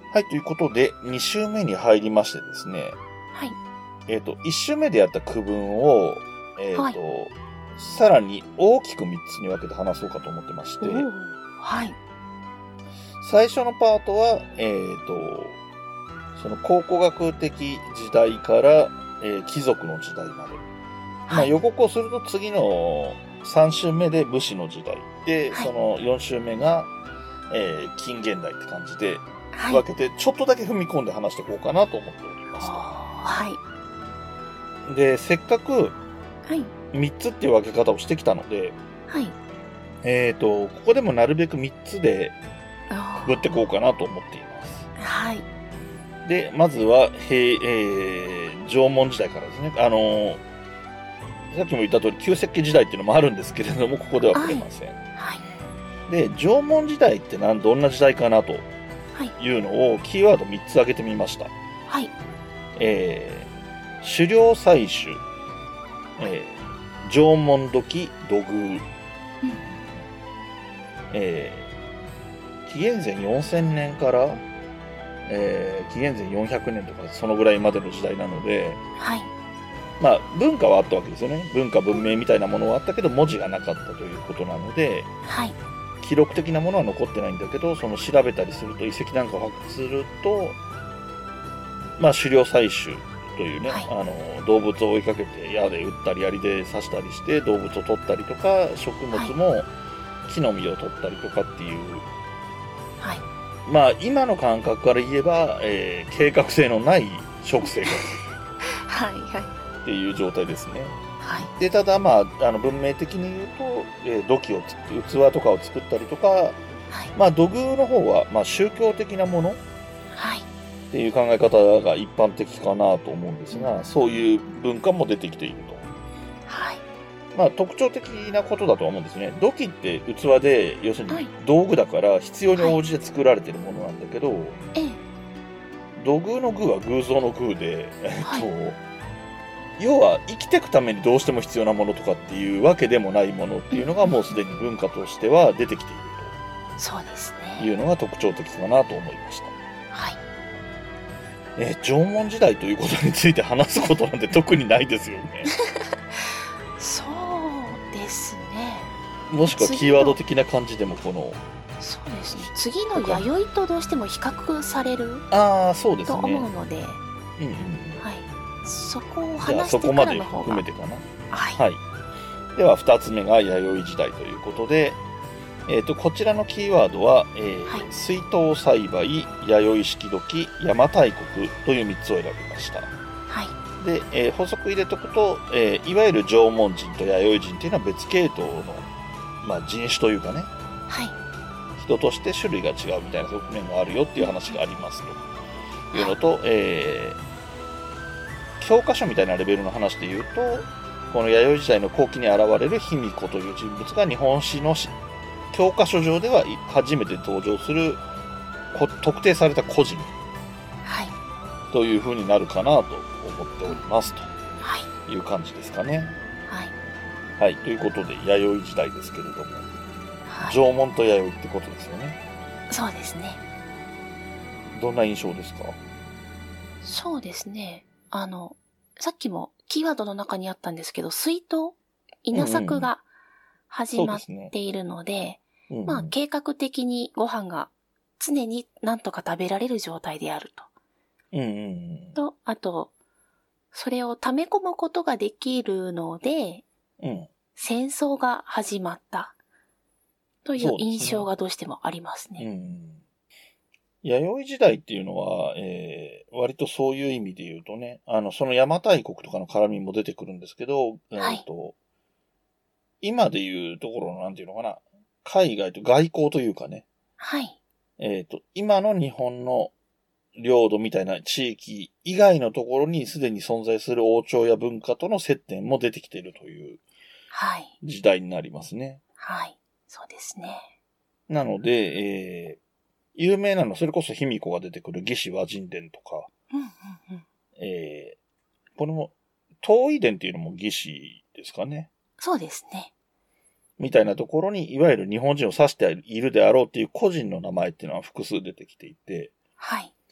はい、ということで、2週目に入りましてですね。 はい。 1週目でやった区分を、 はい。 さらに大きく3つに分けて話そうかと思ってまして、 はい。 最初のパートは、その考古学的時代から、貴族の時代まで。まあ予告をすると次の3週目で武士の時代で、その4週目が、近現代って感じで分けて、ちょっとだけ踏み込んで話していこうかなと思っておりますと。 はい。 で、せっかく3つっていう分け方をしてきたので、 はい。 ここでもなるべく3つでくぐっていこうかなと思っています。 はい。 で、まずは、縄文時代からですね。さっきも言った通り、旧石器時代っていうのもあるんですけれども、ここでは触れません。 はい。 で、縄文時代ってどんな時代かなというのをキーワード3つ挙げてみました。 はい。 狩猟採取、縄文土器土偶、紀元前4000年から、紀元前400年とかそのぐらいまでの時代なので、 はい。 まあ文化はあったわけですよね。文化文明みたいなものはあったけど文字がなかったということなので、 はい。 記録的なものは残ってないんだけど、その調べたりすると遺跡なんかを発掘すると、まあ狩猟採取というね、動物を追いかけて矢で撃ったり槍で刺したりして動物を取ったりとか、食物も木の実を取ったりとかっていう、まあ今の感覚から言えば、計画性のない食生活っていう状態ですね。で、ただまあ、文明的に言うと、土器を器とかを作ったりとか、まあ土偶の方は、まあ宗教的なものっていう考え方が一般的かなと思うんですが、そういう文化も出てきていると。まあ特徴的なことだとは思うんですね。土器って器で、要するに道具だから必要に応じて作られてるものなんだけど、土偶の偶は偶像の偶で、要は生きていくためにどうしても必要なものとかっていうわけでもないものっていうのがもうすでに文化としては出てきていると。 そうですね。 いうのが特徴的かなと思いました。 はい。 縄文時代ということについて話すことなんて特にないですよね。 そうですね。 もしくはキーワード的な感じでもこの。 そうですね。次の弥生とどうしても比較されるそうですね。 と思うので、はい。そこを話してそこまでからの方が。 含めてかな。 はい。 では2つ目が弥生時代ということで、こちらのキーワードは、水耕栽培、弥生式土器、邪馬台国という3つを選びました。で、補足入れとくと、いわゆる縄文人と弥生人というのは別系統の、まあ、人種というかね、人として種類が違うみたいな側面があるよっていう話がありますというのと、教科書みたいなレベルの話で言うと、この弥生時代の後期に現れる卑弥呼という人物が日本史の教科書上では初めて登場する特定された個人という風になるかなと思っておりますという感じですかね。はい。ということで弥生時代ですけれども、縄文と弥生ってことですよね。 そうですね。 どんな印象ですか？ そうですね。さっきもキーワードの中にあったんですけど、水稲、稲作が始まっているので、まあ計画的にご飯が常になんとか食べられる状態であると。と、あと、それを溜め込むことができるので、戦争が始まったという印象がどうしてもありますね。 弥生時代っていうのは、割とそういう意味で言うとね、その邪馬台国とかの絡みも出てくるんですけど、今で言うところのなんていうのかな、海外と外交というかね、今の日本の領土みたいな地域以外のところにすでに存在する王朝や文化との接点も出てきているという時代になりますね。 はい。そうですね。 なので、有名なのはそれこそ卑弥呼が出てくる魏志倭人伝とか、これも東夷伝っていうのも魏志ですかね。 そうですね。 みたいなところにいわゆる日本人を指しているであろうっていう個人の名前っていうのは複数出てきていて、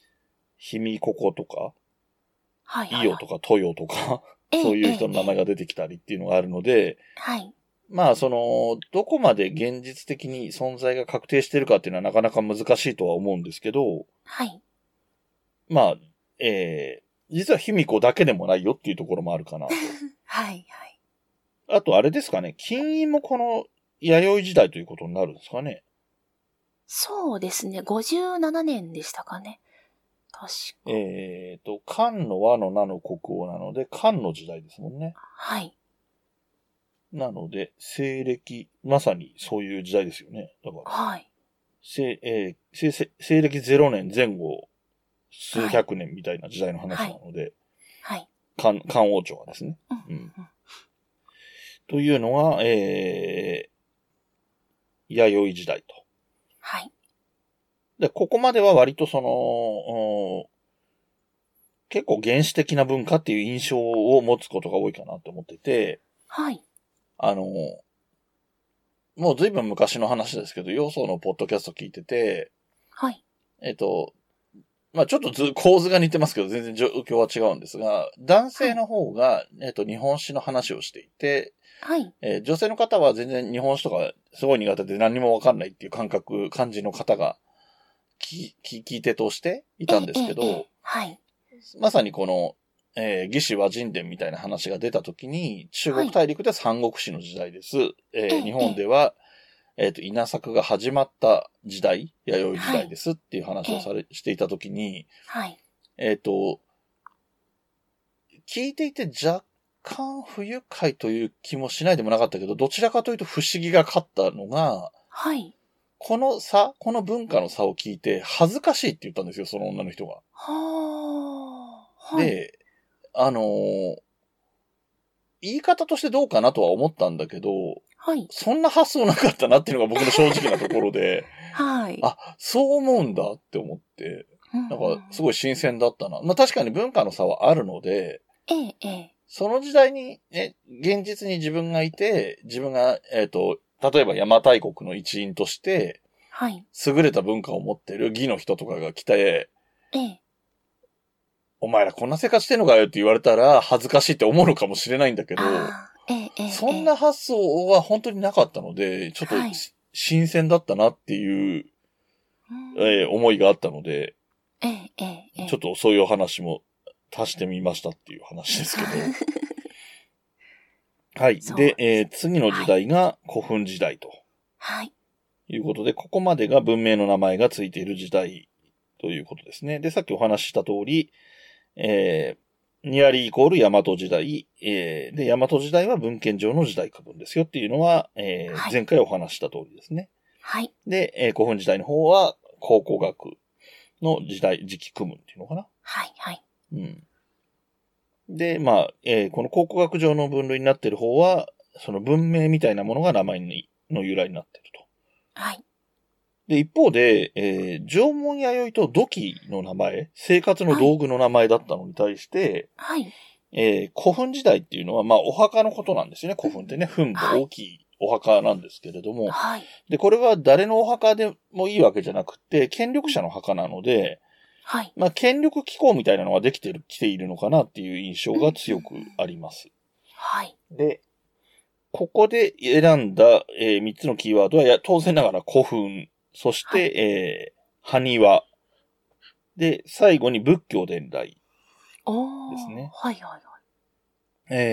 卑弥呼呼とか、 はいはいはい、 伊予とか豊とか、そういう人の名前が出てきたりっていうのがあるので、 はい。 まあ、どこまで現実的に存在が確定しているかっていうのはなかなか難しいとは思うんですけど、 はい。 まあ、実は卑弥呼だけでもないよっていうところもあるかなと。 はい、はい。 あと、あれですかね、金印もこの弥生時代ということになるんですかね。 そうですね、57年でしたかね。確か。 漢の和の名の国王なので、漢の時代ですもんね。 はい。 なので、西暦、まさにそういう時代ですよね。だから、 はい。 西暦0年前後、数百年みたいな時代の話なので、 はい。 漢王朝はですね。 うん。 というのが、弥生時代と。 はい。 で、ここまでは割と結構原始的な文化っていう印象を持つことが多いかなと思ってて、 はい。 もう随分昔の話ですけど、ヨソのポッドキャスト聞いてて、 はい。 まあちょっと構図が似てますけど、全然状況は違うんですが、男性の方が、日本史の話をしていて、 はい。 女性の方は全然日本史とかすごい苦手で何にもわかんないっていう感じの方が、聞き手としていたんですけど、 はい。 まさにこの、魏志倭人伝みたいな話が出たときに、中国大陸では三国志の時代です。日本では、稲作が始まった時代、弥生時代ですっていう話をしていたときに、 はい。 聞いていて若干不愉快という気もしないでもなかったけど、どちらかというと不思議が勝ったのが、 はい。 この文化の差を聞いて恥ずかしいって言ったんですよ、その女の人が。 はあ。 で、言い方としてどうかなとは思ったんだけど、 はい。 そんな発想なかったなっていうのが僕の正直なところで、 はい。 あ、そう思うんだって思って、なんかすごい新鮮だったな。まあ確かに文化の差はあるので、その時代にね、現実に自分がいて、自分が、例えば邪馬台国の一員として、 はい。 優れた文化を持ってる義の人とかが来て、お前らこんな生活してんのかよって言われたら恥ずかしいって思うのかもしれないんだけど、そんな発想は本当になかったので、ちょっと新鮮だったなっていう、思いがあったので、ちょっとそういう話も足してみましたっていう話ですけど。はい。で、次の時代が古墳時代と。 はい。 いうことで、ここまでが文明の名前がついている時代ということですね。で、さっきお話しした通り、ニアリイコール大和時代、で、大和時代は文献上の時代区分ですよっていうのは、前回お話しした通りですね。 はい。 で、古墳時代の方は考古学の時期区分っていうのかな。 はい、はい。 うん。で、まあ、この考古学上の分類になっている方は、その文明みたいなものが名前の由来になっていると。 はい。 で、一方で、縄文弥生と土器の名前、生活の道具の名前だったのに対して、 はい。 古墳時代っていうのは、まあ、お墓のことなんですよね。古墳ってね、墳が大きいお墓なんですけれども。 はい。 で、これは誰のお墓でもいいわけじゃなくて、権力者の墓なので、 はい。 まあ、権力機構みたいなのがきているのかなっていう印象が強くあります。 はい。 で、ここで選んだ、3つのキーワードは、当然ながら古墳、そして、埴輪。で、最後に仏教伝来。ですね。 はいはいはい。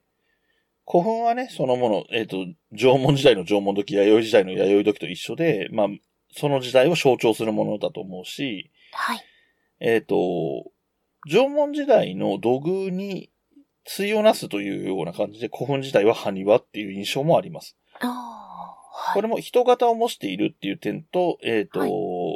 古墳はね、そのもの、縄文時代の縄文土器、弥生時代の弥生土器と一緒で、まあ、その時代を象徴するものだと思うし、 はい。 縄文時代の土偶に対をなすというような感じで、古墳時代は埴輪っていう印象もあります。 はい、 これも人型を模しているっていう点と、はい、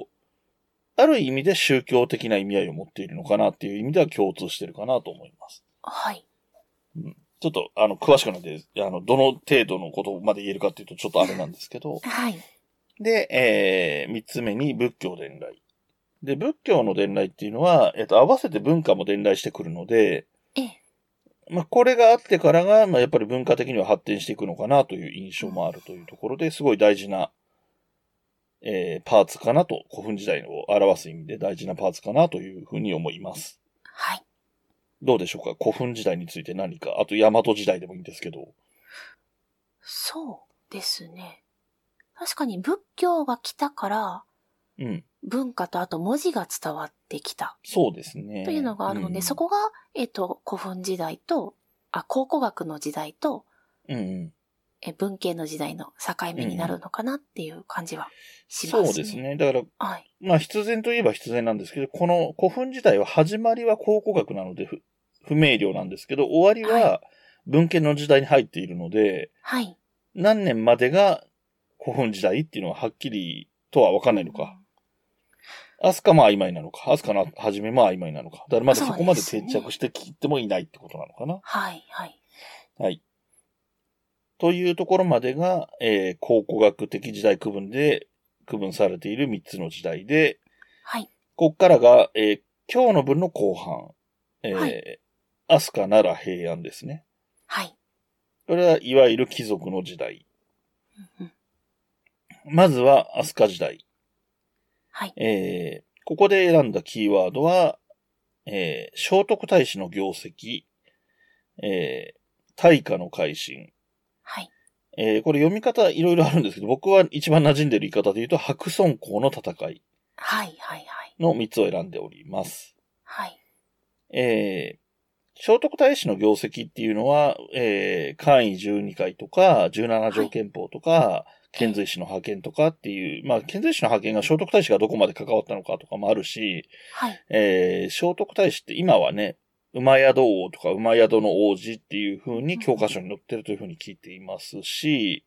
ある意味で宗教的な意味合いを持っているのかなっていう意味では共通してるかなと思います。 はい。 うん、ちょっと、詳しくなんで、どの程度のことまで言えるかっていうとちょっとあれなんですけど。 はい。 で、3つ目に仏教伝来。で、仏教の伝来っていうのは、合わせて文化も伝来してくるので、まあ、これがあってからが、まあ、やっぱり文化的には発展していくのかなという印象もあるというところで、すごい大事な、 パーツかなと、古墳時代を表す意味で大事なパーツかなというふうに思います。 はい。 どうでしょうか？古墳時代について何か、あと大和時代でもいいんですけど。 そうですね。確かに仏教が来たから、 うん。 文化とあと文字が伝わってきた。 そうですね。 というのがあるので、そこが、古墳時代と、考古学の時代と、文系の時代の境目になるのかなっていう感じはしますね。 そうですね。だから、必然といえば必然なんですけど、この古墳時代は始まりは考古学なので不明瞭なんですけど、終わりは文系の時代に入っているので、何年までが古墳時代っていうのははっきりとは分かんないのか。飛鳥も曖昧なのか。飛鳥の始めも曖昧なのか。だからまだそこまで定着してきてもいないってことなのかな。はい。というところまでが、考古学的時代区分で区分されている3つの時代で、ここからが、今日の分の後半、飛鳥奈良平安ですね。これはいわゆる貴族の時代。まずは飛鳥時代。ここで選んだキーワードは、聖徳太子の業績、大化の改新。これ読み方いろいろあるんですけど、僕は一番馴染んでる言い方で言うと、白村江の戦い。の3つを選んでおります。聖徳太子の業績っていうのは、簡位12回とか、17条憲法とか、遣隋使の派遣とかっていう、遣隋使の派遣が聖徳太子がどこまで関わったのかとかもあるし、聖徳太子って今はね、馬宿王とか馬宿の王子っていう風に教科書に載ってるという風に聞いていますし、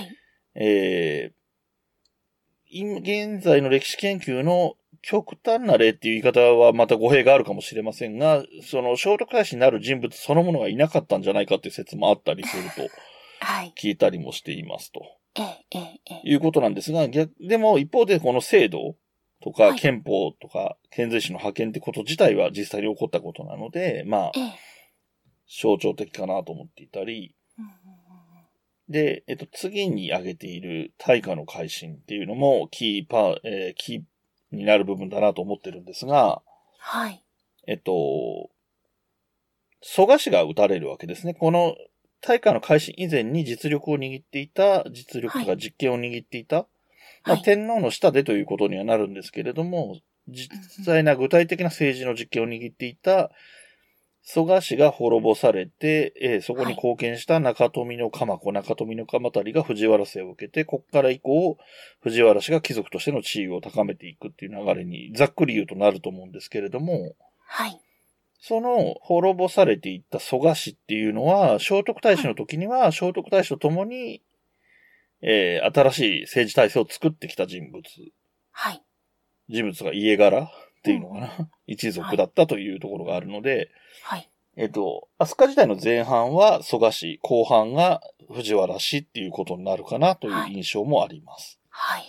現在の歴史研究の極端な例っていう言い方はまた語弊があるかもしれませんが、その聖徳太子になる人物そのものがいなかったんじゃないかっていう説もあったりすると聞いたりもしていますと。いうことなんですが、でも一方でこの制度とか憲法とか遣隋使の派遣ってこと自体は実際に起こったことなので、象徴的かなと思っていたり、で、次に挙げている大化の改新っていうのもキーになる部分だなと思ってるんですが、蘇我氏が撃たれるわけですね。この大化の改新以前に実力を握っていた、実権を握っていた、天皇の下でということにはなるんですけれども、実際な具体的な政治の実権を握っていた蘇我氏が滅ぼされて、そこに貢献した中富の鎌子、中富の鎌足が藤原姓を受けて、ここから以降、藤原氏が貴族としての地位を高めていくっていう流れに、ざっくり言うとなると思うんですけれども、その滅ぼされていった蘇我氏っていうのは、聖徳太子の時には、聖徳太子と共に、新しい政治体制を作ってきた人物。人物が家柄っていうのかな。一族だったというところがあるので、飛鳥時代の前半は蘇我氏、後半が藤原氏っていうことになるかなという印象もあります。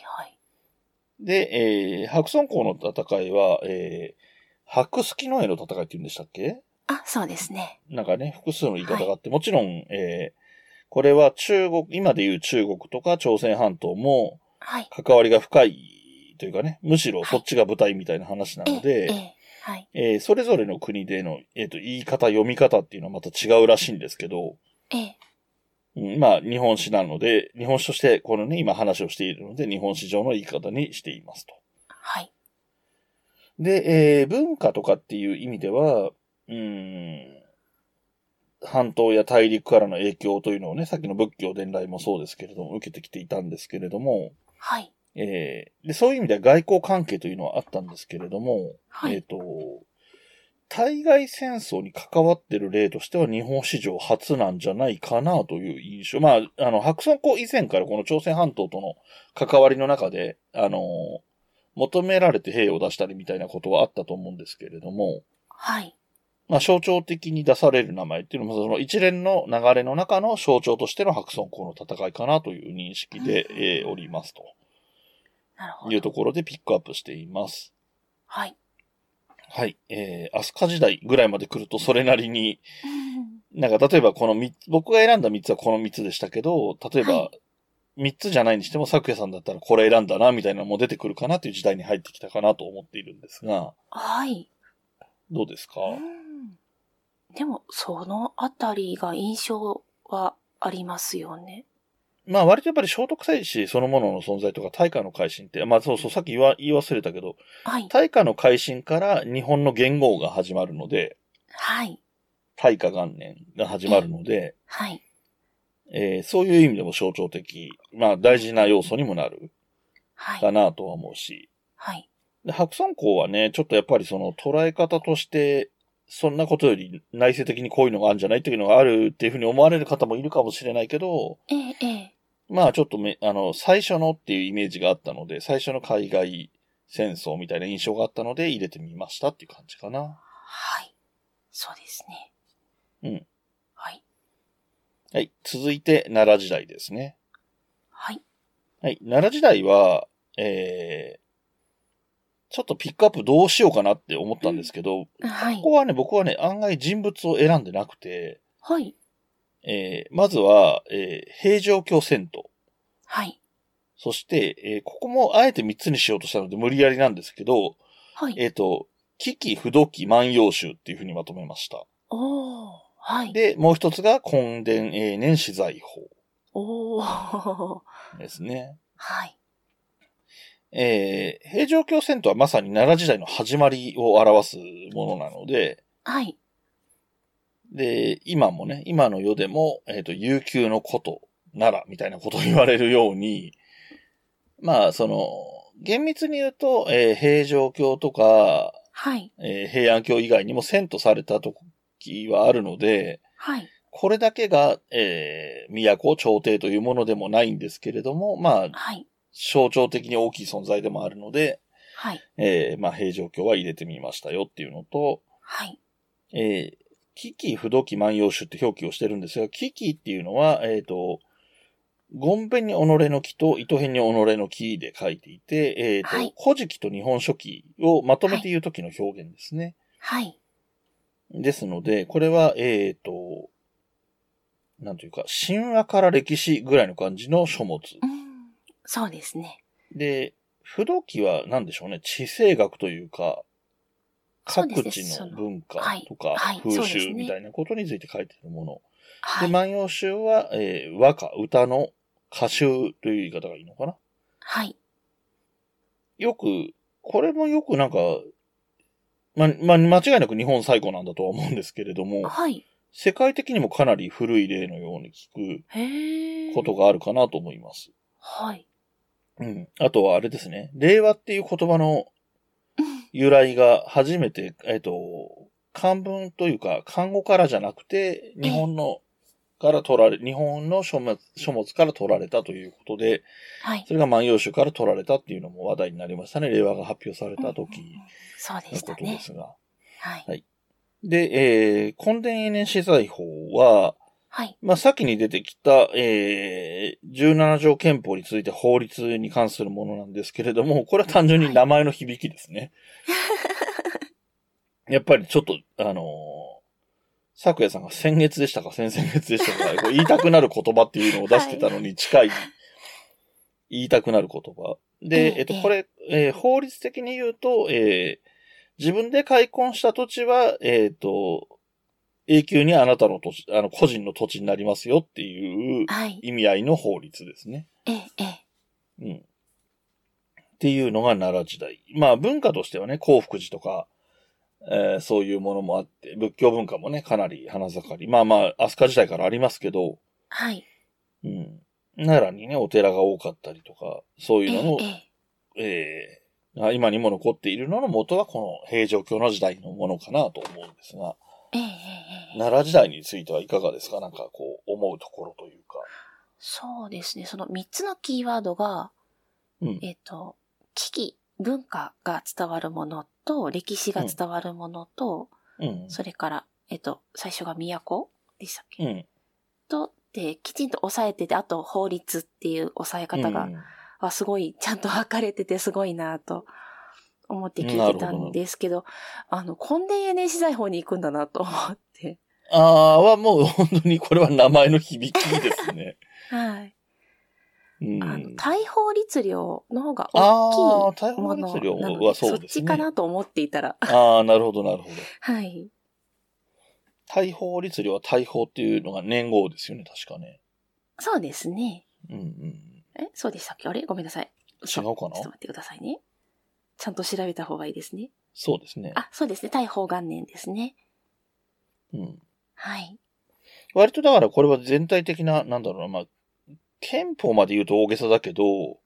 で、白村江の戦いは、白月の絵の戦いって言うんでしたっけ？ そうですね。 なんかね、複数の言い方があって、もちろん、これは今でいう中国とか朝鮮半島も、関わりが深いというかね、むしろそっちが舞台みたいな話なので、それぞれの国での、言い方、読み方っていうのはまた違うらしいんですけど、日本史なので、日本史として、このね、今話をしているので、日本史上の言い方にしていますと。で、文化とかっていう意味では、半島や大陸からの影響というのをね、さっきの仏教伝来もそうですけれども、受けてきていたんですけれども、でそういう意味では外交関係というのはあったんですけれども、対外戦争に関わっている例としては日本史上初なんじゃないかなという印象。白村江以前からこの朝鮮半島との関わりの中で、求められて兵を出したりみたいなことはあったと思うんですけれども、象徴的に出される名前っていうのも、その一連の流れの中の象徴としての白村江の戦いかなという認識で、おりますと。いうところでピックアップしています。飛鳥時代ぐらいまで来るとそれなりに、なんか例えば僕が選んだ3つはこの3つでしたけど、例えば、 3つじゃないにしても、咲夜さんだったらこれ選んだな、みたいなのも出てくるかなという時代に入ってきたかなと思っているんですが。 はい。 どうですか？ でも、そのあたりが印象はありますよね。 まあ割とやっぱり聖徳太子そのものの存在とか大化の改新って、まあそうそう、さっき言い忘れたけど、 はい。 大化の改新から日本の元号が始まるので、 はい。 大化元年が始まるので、 はい。 そういう意味でも象徴的、まあ大事な要素にもなるかなとは思うし、 はい。 で白山公はね、ちょっとやっぱりその捉え方として、そんなことより内省的にこういうのがあるんじゃないっていうのがあるっていうふうに思われる方もいるかもしれないけど、まあちょっと最初のっていうイメージがあったので、最初の海外戦争みたいな印象があったので入れてみましたっていう感じかな。 はい。そうですね。 うん。 はい。 はい。続いて奈良時代ですね。 はい。 はい。奈良時代は、ちょっとピックアップどうしようかなって思ったんですけど、はい、ここはね、僕はね、案外人物を選んでなくて、 はい。 まずは、平城京遷都。 はい。 そして、ここもあえて3つにしようとしたので無理やりなんですけど、 はい。 危機不土器万葉集っていうふうにまとめました。 おー、はい。 で、もう一つが根伝永年資材法。 おー。 ですね。 はい。 平城京遷都はまさに奈良時代の始まりを表すものなので、 はい。 で、今もね、今の世でも、悠久の古都、奈良みたいなことを言われるように、まあ、厳密に言うと、平城京とか、 はい。 平安京以外にも遷都された時はあるので、 はい。 これだけが、都、朝廷というものでもないんですけれども、まあ、 はい。 象徴的に大きい存在でもあるので、 はい。 まあ、平城京は入れてみましたよっていうのと、 はい。 危機不土器万葉集って表記をしてるんですが、危機っていうのは、ゴンベに己の木と糸辺に己の木で書いていて、はい、古事記と日本書紀をまとめて言うときの表現ですね。 はい。 ですので、これは、なんというか、神話から歴史ぐらいの感じの書物。 そうですね。 で、不土器は何でしょうね、地政学というか、各地の文化とか風習みたいなことについて書いているもの。はい、で、万葉集は、和歌、歌の歌集という言い方がいいのかな。 はい。 これもよくなんか、間違いなく日本最古なんだとは思うんですけれども、 はい。 世界的にもかなり古い例のように聞くことがあるかなと思います。 はい。 うん。あとはあれですね。令和っていう言葉の由来が初めて、漢文というか漢語からじゃなくて、日本の書物から取られたということで、はい。それが万葉集から取られたっていうのも話題になりましたね。令和が発表された時そうでしたね。 のことですが。 はい。 はい。で、根伝永年資材法は、はい。まあ、先に出てきた、17条憲法について法律に関するものなんですけれども、これは単純に名前の響きですね。はい、やっぱりちょっと、咲夜さんが先月でしたか先々月でしたか言いたくなる言葉っていうのを出してたのに近い、言いたくなる言葉。で、これ、法律的に言うと、自分で開墾した土地は、永久にあなたの土地、個人の土地になりますよっていう意味合いの法律ですね。うん。っていうのが奈良時代。まあ文化としてはね、興福寺とか、そういうものもあって、仏教文化もね、かなり花盛り。まあまあ、飛鳥時代からありますけど、 はい。 うん。奈良にね、お寺が多かったりとか、そういうのの、今にも残っているのの元はこの平城京の時代のものかなと思うんですが、奈良時代についてはいかがですか？なんかこう、思うところというか。 そうですね。その3つのキーワードが、危機、文化が伝わるものと、歴史が伝わるものと、それから、最初が都でしたっけ？で、きちんと抑えてて、あと法律っていう抑え方が、すごい、ちゃんと分かれててすごいなと思って聞いてたんですけど、根伝永年資材法に行くんだなと思って。 はもう本当にこれは名前の響きですね。 はい。 大法律領の方が大きいものなので、そっちかなと思っていたら。 なるほど、なるほど。 はい。 大法律領は大法っていうのが年号ですよね、確かね。 そうですね。 うんそうでしたっけ？あれごめんなさい。 違うかな？ ちょっと待ってくださいね。ちゃんと調べた方がいいですね。 そうですね。 そうですね。大法元年ですね。はい。 割とだからこれは全体的な、なんだろうな、憲法まで言うと大げさだけど、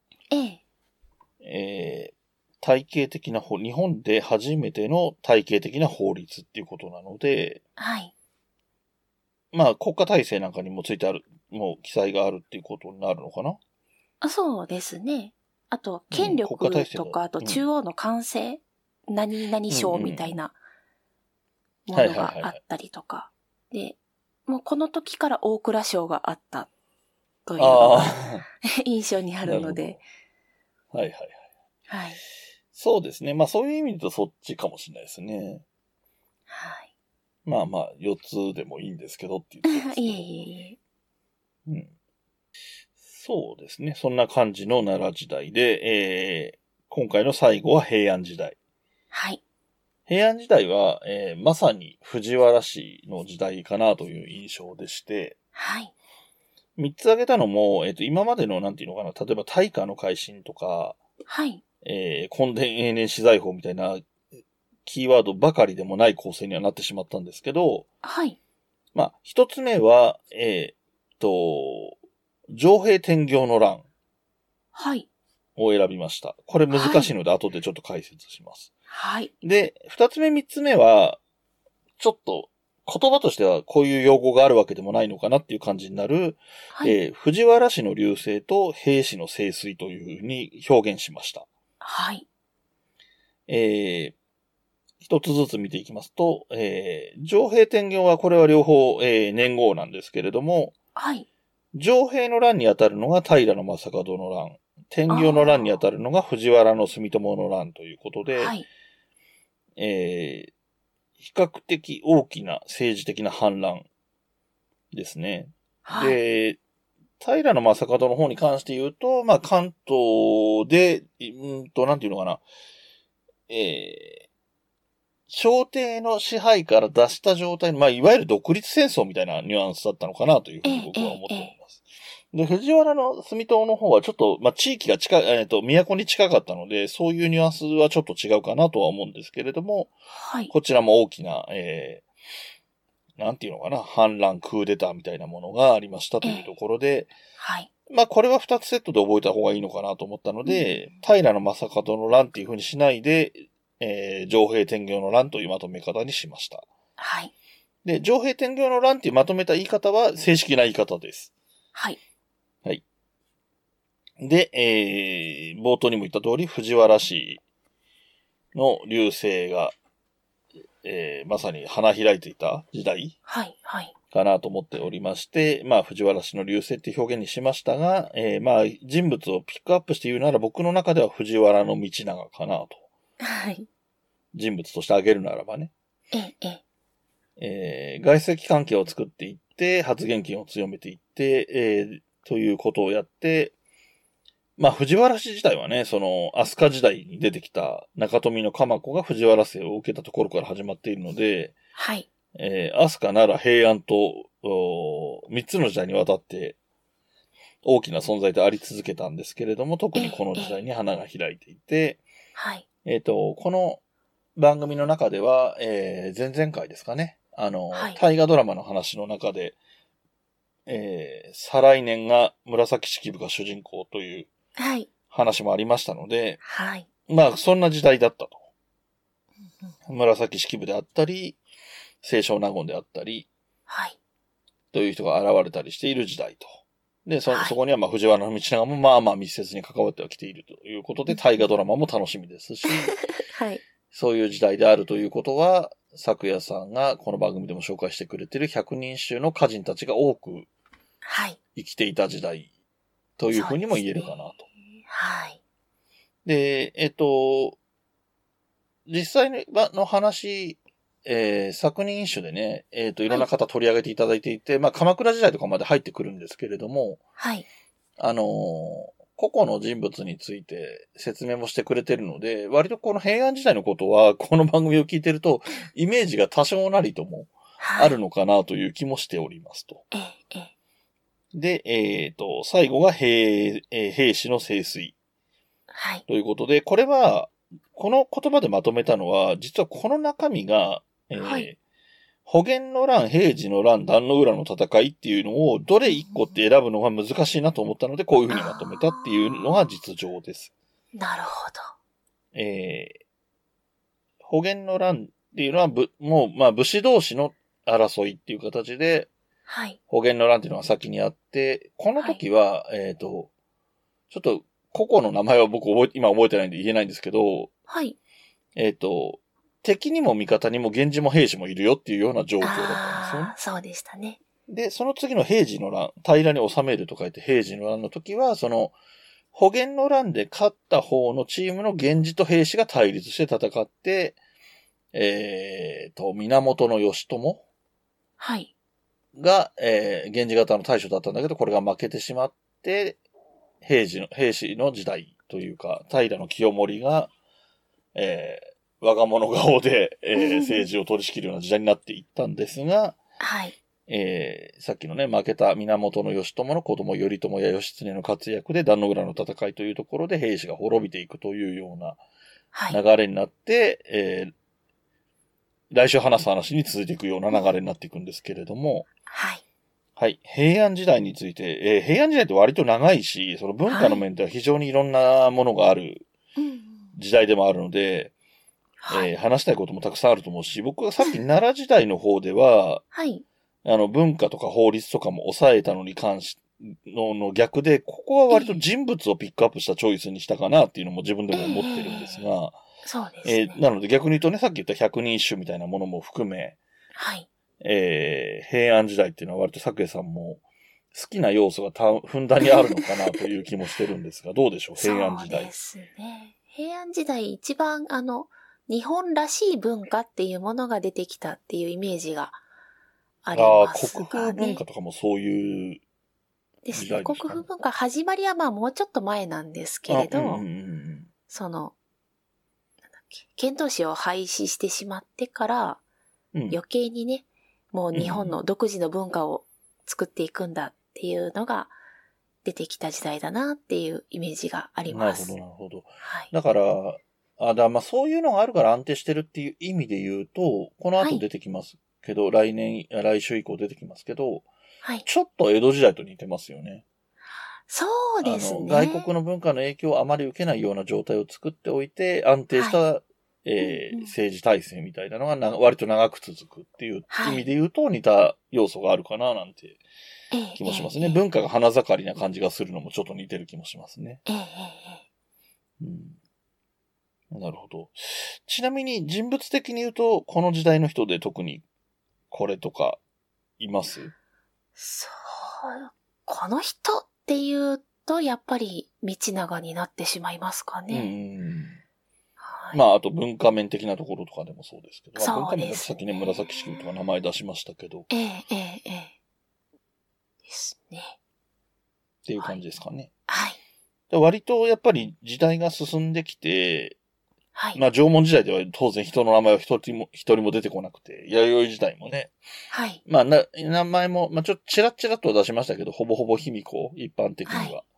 体系的な日本で初めての体系的な法律っていうことなので、 はい。 国家体制なんかにもついてある、もう記載があるっていうことになるのかな？ そうですね。あと、権力とか、あと中央の管制、何々省みたいなものがあったりとか。で、もうこの時から大蔵省があったというのが印象にあるので。 はい。そうですね。そういう意味でとそっちかもしれないですね。 はい。 4つでもいいんですけどっていうところですけど。 いえ。 そうですね。そんな感じの奈良時代で、今回の最後は平安時代。 はい。 平安時代は、まさに藤原氏の時代かなという印象でして、 はい。 3つ挙げたのも、今までのなんていうのかな、例えば大化の改新とか、 はい。 墾田永年私財法みたいなキーワードばかりでもない構成にはなってしまったんですけど、 はい。 一つ目は、上平天行の乱。 はい。 を選びました。これ難しいので後でちょっと解説します。 はい。 で、二つ目三つ目は、ちょっと言葉としてはこういう用語があるわけでもないのかなっていう感じになる、はい、藤原氏の隆盛と平氏の盛衰というふうに表現しました。 はい。 一つずつ見ていきますと、上平天行はこれは両方、年号なんですけれども、 はい。 上平の乱に当たるのが平将門の乱。天行の乱に当たるのが藤原住友の乱ということで、はい、比較的大きな政治的な反乱ですね。はい、で、平将門の方に関して言うと、関東で、なんていうのかな、朝廷の支配から脱した状態の、いわゆる独立戦争みたいなニュアンスだったのかなというふうに僕は思っております。で、藤原の住友の方はちょっと、地域が近い、都に近かったので、そういうニュアンスはちょっと違うかなとは思うんですけれども、はい、こちらも大きな、なんていうのかな、反乱、クーデターみたいなものがありましたというところで、 はい。 これは2つセットで覚えた方がいいのかなと思ったので、平将門の乱っていう風にしないで、上平天行の乱というまとめ方にしました。 はい。 で、上平天行の乱っていうまとめた言い方は正式な言い方です。 はい。 はい。で、冒頭にも言った通り、藤原氏の隆盛が、まさに花開いていた時代はいはい。 かなと思っておりまして、藤原氏の隆盛っていう表現にしましたが、人物をピックアップして言うなら僕の中では藤原道長かなと。 はい。 人物として挙げるならばね。 ええ。 外籍関係を作っていって、発言権を強めていって、ということをやって、藤原氏自体はね、その、飛鳥時代に出てきた中富の鎌子が藤原姓を受けたところから始まっているので、 はい。 飛鳥、奈良、平安と、三つの時代にわたって、大きな存在であり続けたんですけれども、特にこの時代に花が開いていて、 はい。 この番組の中では、前々回ですかね、 はい、 大河ドラマの話の中で、再来年が紫式部が主人公という話もありましたので、 はい。 そんな時代だったと。紫式部であったり、清少納言であったり、 はい。 という人が現れたりしている時代と。で、そこには藤原道長も密接に関わってはきているということで、大河ドラマも楽しみですし、 はい。 そういう時代であるということは、昨夜さんがこの番組でも紹介してくれている百人衆の歌人たちが多く生きていた時代というふうにも言えるかなと。 はい。 で、実際の話、作人種でね、いろんな方取り上げていただいていて、鎌倉時代とかまで入ってくるんですけれども、 はい。 個々の人物について説明もしてくれてるので、割とこの平安時代のことは、この番組を聞いてると、イメージが多少なりともあるのかなという気もしておりますと。で、最後が兵士の聖水。 はい。 ということで、これは、この言葉でまとめたのは、実はこの中身が、はい、保元の乱、平治の乱、壇の浦の戦いっていうのを、どれ一個って選ぶのが難しいなと思ったので、こういうふうにまとめたっていうのが実情です。 なるほど。 保元の乱っていうのは、もう、まあ、武士同士の争いっていう形で、 はい。 保元の乱っていうのが先にあって、この時は、はい、ちょっと、個々の名前は僕今覚えてないんで言えないんですけど、 はい。 敵にも味方にも源氏も平氏もいるよっていうような状況だったんですよね。 そうでしたね。 で、その次の平治の乱、平らに収めると書いて平治の乱の時は、その、保元の乱で勝った方のチームの源氏と平氏が対立して戦って、源義朝。 はい。 が、源氏方の大将だったんだけど、これが負けてしまって、平氏の時代というか、平清盛が、我が物顔で、政治を取り仕切るような時代になっていったんですが、 はい。 さっきのね、負けた源義朝の子供頼朝や義経の活躍で壇の浦の戦いというところで平氏が滅びていくというような流れになって、来週話す話に続いていくような流れになっていくんですけれども、 はい。 はい。平安時代について、平安時代って割と長いし、その文化の面では非常にいろんなものがある時代でもあるので、はい、話したいこともたくさんあると思うし、僕がさっき奈良時代の方では、 はい。 文化とか法律とかも抑えたのに関し、の逆で、ここは割と人物をピックアップしたチョイスにしたかなっていうのも自分でも思ってるんですが、 そうですね。 なので逆に言うとね、さっき言った百人一首みたいなものも含め、 はい。 平安時代っていうのは割と作江さんも好きな要素がふんだんにあるのかなという気もしてるんですが、どうでしょう、平安時代。 そうですね。平安時代一番日本らしい文化っていうものが出てきたっていうイメージがありますが、ね。 国風文化とかもそういうですね。国風文化始まりはまあもうちょっと前なんですけれど、遣唐使を廃止してしまってから、余計にね、もう日本の独自の文化を作っていくんだっていうのが出てきた時代だなっていうイメージがあります。 なるほど。はい、だから、まあそういうのがあるから安定してるっていう意味で言うと、この後出てきますけど、はい、来週以降出てきますけど、はい、ちょっと江戸時代と似てますよね。 そうですね。 外国の文化の影響をあまり受けないような状態を作っておいて、安定した、はい、政治体制みたいなのが割と長く続くっていう意味で言うと似た要素があるかななんて気もしますね。文化が花盛りな感じがするのもちょっと似てる気もしますね。なるほど。ちなみに人物的に言うと、この時代の人で特にこれとかいます？ そう、この人っていうとやっぱり道長になってしまいますかね。 はい、まあ、あと文化面的なところとかでもそうですけど、まあ、文化面だとさっきね、紫式部とか名前出しましたけど。 ですね。 っていう感じですかね。 はい。 割とやっぱり時代が進んできて、 はい。 まあ縄文時代では当然人の名前は一人も出てこなくて、弥生時代もね。 はい。 まあ名前も、まあちょっとチラッチラッとは出しましたけど、ほぼほぼ卑弥呼、一般的には。はい、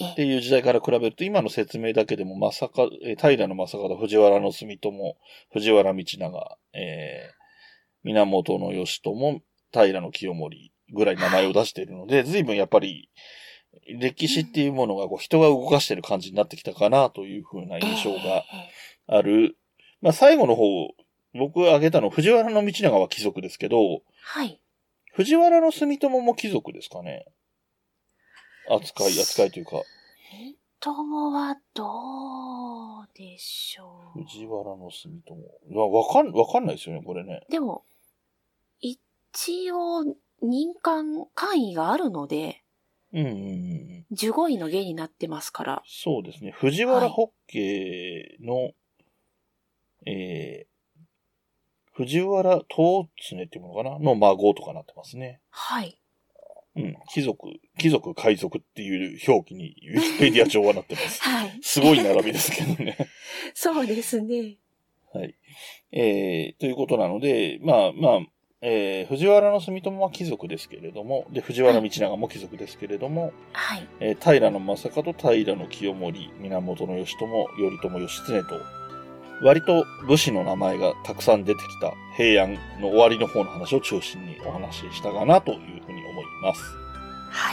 っていう時代から比べると、今の説明だけでも、平将門、藤原住友、藤原道長、源義朝、平清盛ぐらい名前を出しているので、随分やっぱり、歴史っていうものが人が動かしてる感じになってきたかなというふうな印象がある。まあ最後の方、僕が挙げたの藤原道長は貴族ですけど、 はい。 藤原住友も貴族ですかね。扱いというか。 住友はどうでしょう。 藤原住友。わかんないですよね、これね。 でも、一応、任官位があるので、15位の下になってますから。 そうですね。藤原北家の、藤原東常っていうものかなの孫とかなってますね。 はい。 うん。貴族、海賊っていう表記にウィキペディア上はなってます。 はい。 すごい並びですけどね。 そうですね。 はい。ということなので、藤原住友は貴族ですけれども、で、藤原道長も貴族ですけれども、 はい。 平将門、平清盛、源義朝、頼朝義経と、割と武士の名前がたくさん出てきた平安の終わりの方の話を中心にお話ししたかなというふうに思います。 はい。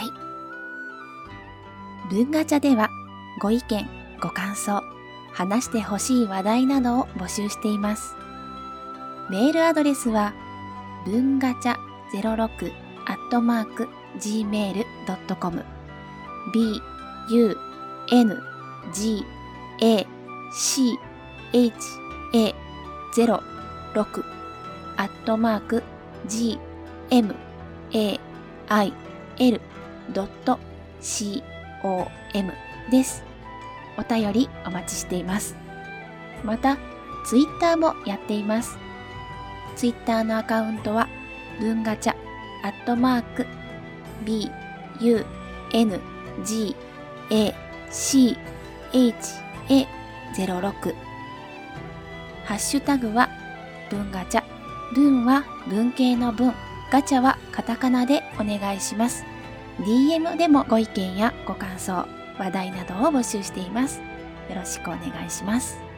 文ガチャではご意見、ご感想、話してほしい話題などを募集しています。メールアドレスは文ガチャ06@gmail.com bungacha06@gmail.com です。お便りお待ちしています。また、ツイッターもやっています。ツイッターのアカウントは、文ガチャ@bungacha06ハッシュタグは文ガチャ。文は文系の文、ガチャはカタカナでお願いします。DM でもご意見やご感想、話題などを募集しています。よろしくお願いします。